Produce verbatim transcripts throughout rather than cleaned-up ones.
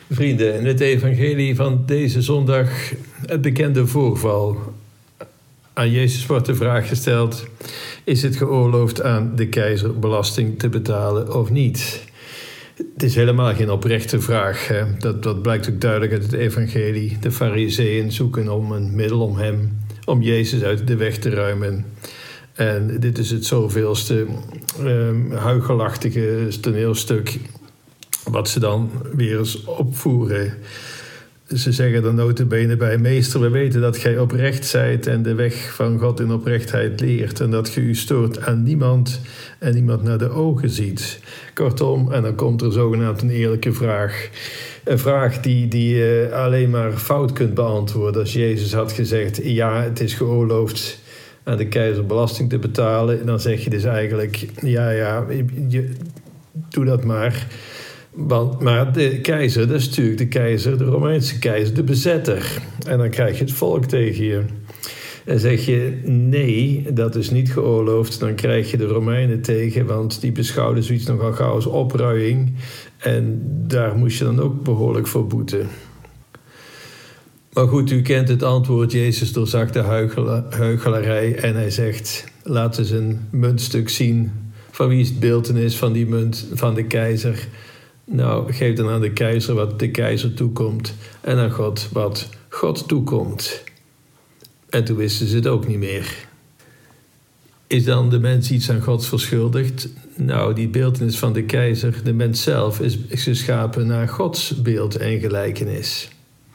Vrienden, in het evangelie van deze zondag het bekende voorval. Aan Jezus wordt de vraag gesteld: is het geoorloofd aan de keizer belasting te betalen of niet? Het is helemaal geen oprechte vraag. Hè? Dat, dat blijkt ook duidelijk uit het evangelie. De Farizeeën zoeken om een middel om hem, om Jezus uit de weg te ruimen. En dit is het zoveelste um, huichelachtige toneelstuk wat ze dan weer eens opvoeren. Ze zeggen dan nota bene bij: meester, we weten dat gij oprecht zijt en de weg van God in oprechtheid leert en dat ge u stoort aan niemand en niemand naar de ogen ziet. Kortom, en dan komt er zogenaamd een eerlijke vraag. Een vraag die, die je alleen maar fout kunt beantwoorden. Als Jezus had gezegd: ja, het is geoorloofd aan de keizer belasting te betalen, dan zeg je dus eigenlijk: ja, ja, je, doe dat maar. Want, maar de keizer, dat is natuurlijk de keizer, de Romeinse keizer, de bezetter. En dan krijg je het volk tegen je. En zeg je: nee, dat is niet geoorloofd, dan krijg je de Romeinen tegen, want die beschouwden zoiets nogal gauw als opruiing. En daar moest je dan ook behoorlijk voor boeten. Maar goed, u kent het antwoord. Jezus doorzag de huichelarij en hij zegt: laat eens een muntstuk zien. Van wie is het beeltenis van die munt van de keizer? Nou, geef dan aan de keizer wat de keizer toekomt en aan God wat God toekomt. En toen wisten ze het ook niet meer. Is dan de mens iets aan God verschuldigd? Nou, die beeltenis van de keizer, de mens zelf, is geschapen naar Gods beeld en gelijkenis.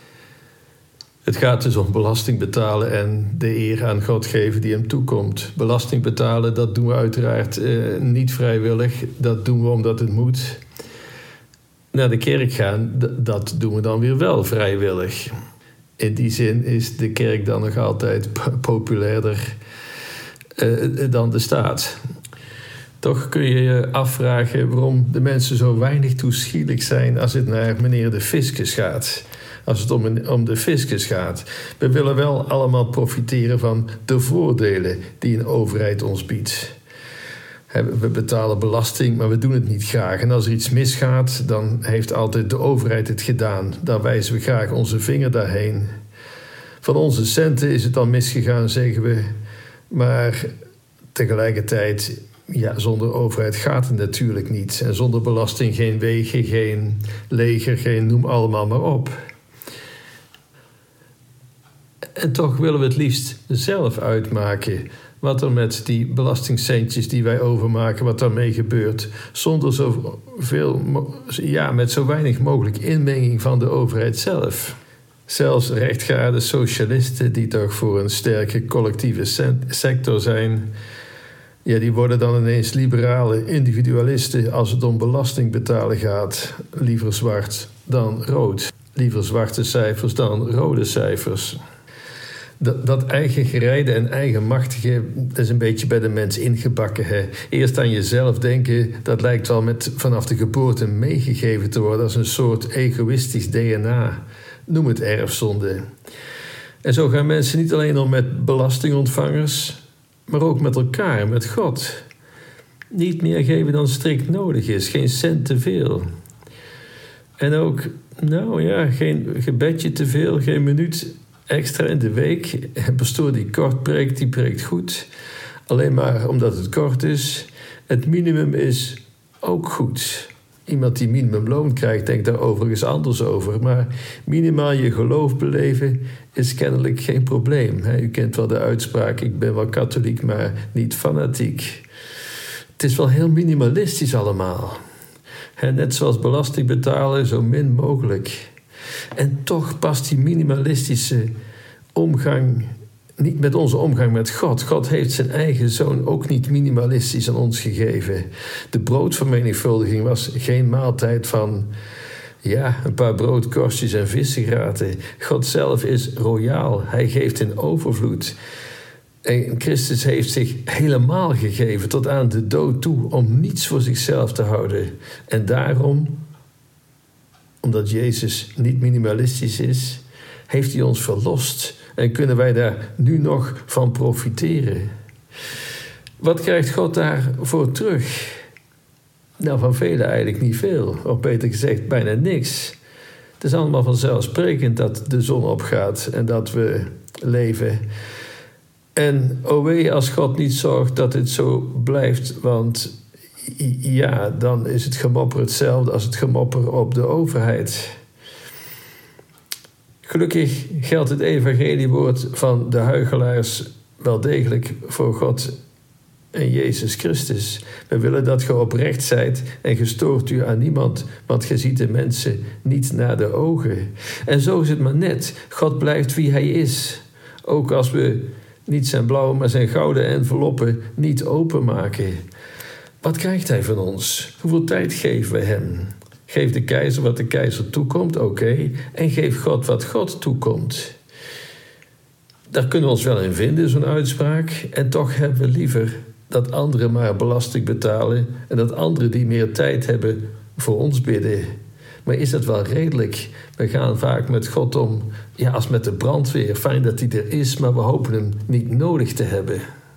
Het gaat dus om belasting betalen en de eer aan God geven die hem toekomt. Belasting betalen, dat doen we uiteraard eh, niet vrijwillig. Dat doen we omdat het moet. Naar de kerk gaan, d- dat doen we dan weer wel vrijwillig. In die zin is de kerk dan nog altijd p- populairder uh, dan de staat. Toch kun je je afvragen waarom de mensen zo weinig toeschietelijk zijn als het naar meneer de fiscus gaat. Als het om, een, om de fiscus gaat. We willen wel allemaal profiteren van de voordelen die een overheid ons biedt. We betalen belasting, maar we doen het niet graag. En als er iets misgaat, dan heeft altijd de overheid het gedaan. Daar wijzen we graag onze vinger daarheen. Van onze centen is het dan misgegaan, zeggen we. Maar tegelijkertijd, ja, zonder overheid gaat het natuurlijk niet. En zonder belasting geen wegen, geen leger, geen noem allemaal maar op. En toch willen we het liefst zelf uitmaken wat er met die belastingcentjes die wij overmaken, wat daarmee gebeurt. Zonder zoveel, ja, met zo weinig mogelijk inmenging van de overheid zelf. Zelfs rechtgeaarde socialisten die toch voor een sterke collectieve sector zijn, ja, die worden dan ineens liberale individualisten als het om belasting betalen gaat. Liever zwart dan rood. Liever zwarte cijfers dan rode cijfers. Dat, dat eigen gerijde en eigenmachtige, dat is een beetje bij de mens ingebakken. Hè. Eerst aan jezelf denken, dat lijkt wel met vanaf de geboorte meegegeven te worden als een soort egoïstisch D N A. Noem het erfzonde. En zo gaan mensen niet alleen om met belastingontvangers, maar ook met elkaar, met God. Niet meer geven dan strikt nodig is, geen cent te veel. En ook, nou ja, geen gebedje te veel, geen minuut extra in de week. Een pastoor die kort preekt, die preekt goed. Alleen maar omdat het kort is. Het minimum is ook goed. Iemand die minimumloon krijgt, denkt daar overigens anders over. Maar minimaal je geloof beleven is kennelijk geen probleem. U kent wel de uitspraak: ik ben wel katholiek, maar niet fanatiek. Het is wel heel minimalistisch allemaal. Net zoals belasting betalen, zo min mogelijk. En toch past die minimalistische omgang niet met onze omgang met God. God heeft zijn eigen zoon ook niet minimalistisch aan ons gegeven. De broodvermenigvuldiging was geen maaltijd van, ja, een paar broodkorstjes en vissengraten. God zelf is royaal. Hij geeft in overvloed. En Christus heeft zich helemaal gegeven tot aan de dood toe om niets voor zichzelf te houden. En daarom, omdat Jezus niet minimalistisch is, heeft hij ons verlost en kunnen wij daar nu nog van profiteren. Wat krijgt God daarvoor terug? Nou, van velen eigenlijk niet veel, of beter gezegd bijna niks. Het is allemaal vanzelfsprekend dat de zon opgaat en dat we leven. En o wee als God niet zorgt dat het zo blijft, want ja, dan is het gemopper hetzelfde als het gemopper op de overheid. Gelukkig geldt het evangeliewoord van de huichelaars wel degelijk voor God en Jezus Christus. We willen dat ge oprecht zijt en gestoort u aan niemand, want ge ziet de mensen niet naar de ogen. En zo is het maar net. God blijft wie hij is. Ook als we niet zijn blauwe, maar zijn gouden enveloppen niet openmaken. Wat krijgt hij van ons? Hoeveel tijd geven we hem? Geef de keizer wat de keizer toekomt, oké. Okay. En geef God wat God toekomt. Daar kunnen we ons wel in vinden, zo'n uitspraak. En toch hebben we liever dat anderen maar belasting betalen en dat anderen die meer tijd hebben voor ons bidden. Maar is dat wel redelijk? We gaan vaak met God om, ja, als met de brandweer. Fijn dat hij er is, maar we hopen hem niet nodig te hebben.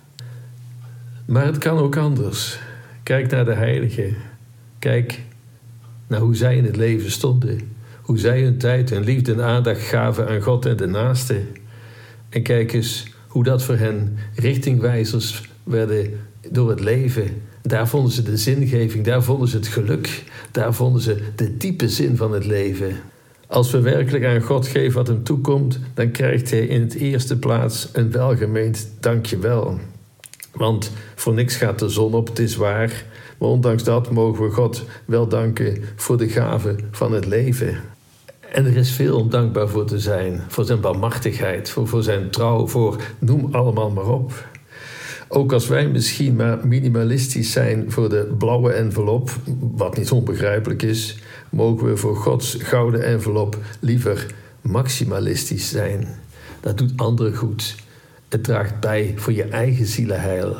Maar het kan ook anders. Kijk naar de heiligen. Kijk naar hoe zij in het leven stonden. Hoe zij hun tijd, hun liefde en aandacht gaven aan God en de naaste. En kijk eens hoe dat voor hen richtingwijzers werden door het leven. Daar vonden ze de zingeving, daar vonden ze het geluk. Daar vonden ze de diepe zin van het leven. Als we werkelijk aan God geven wat hem toekomt, dan krijgt hij in het eerste plaats een welgemeend dankjewel. Want voor niks gaat de zon op, het is waar. Maar ondanks dat mogen we God wel danken voor de gave van het leven. En er is veel om dankbaar voor te zijn. Voor zijn barmhartigheid, voor, voor zijn trouw, voor noem allemaal maar op. Ook als wij misschien maar minimalistisch zijn voor de blauwe envelop, wat niet onbegrijpelijk is, mogen we voor Gods gouden envelop liever maximalistisch zijn. Dat doet anderen goed. Het draagt bij voor je eigen zielenheil.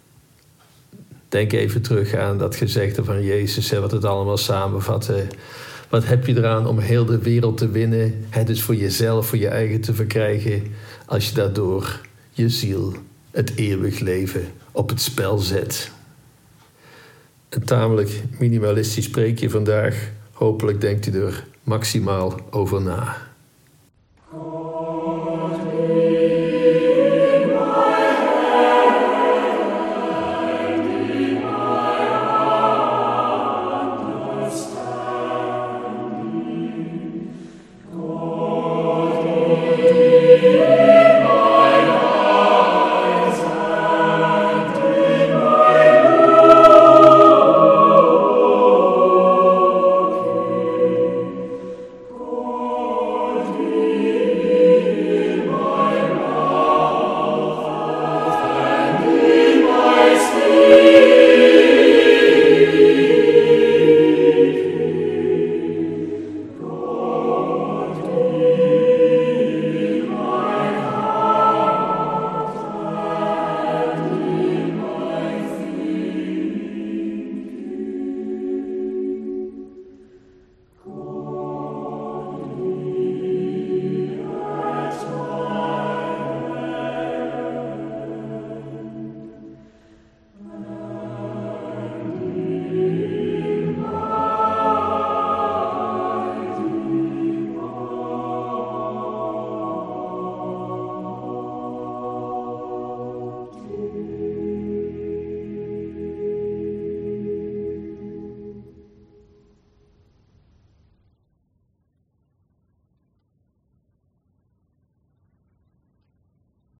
Denk even terug aan dat gezegde van Jezus, wat het allemaal samenvatte. Wat heb je eraan om heel de wereld te winnen, het dus voor jezelf, voor je eigen te verkrijgen, als je daardoor je ziel, het eeuwig leven, op het spel zet? Een tamelijk minimalistisch spreekje vandaag. Hopelijk denkt u er maximaal over na.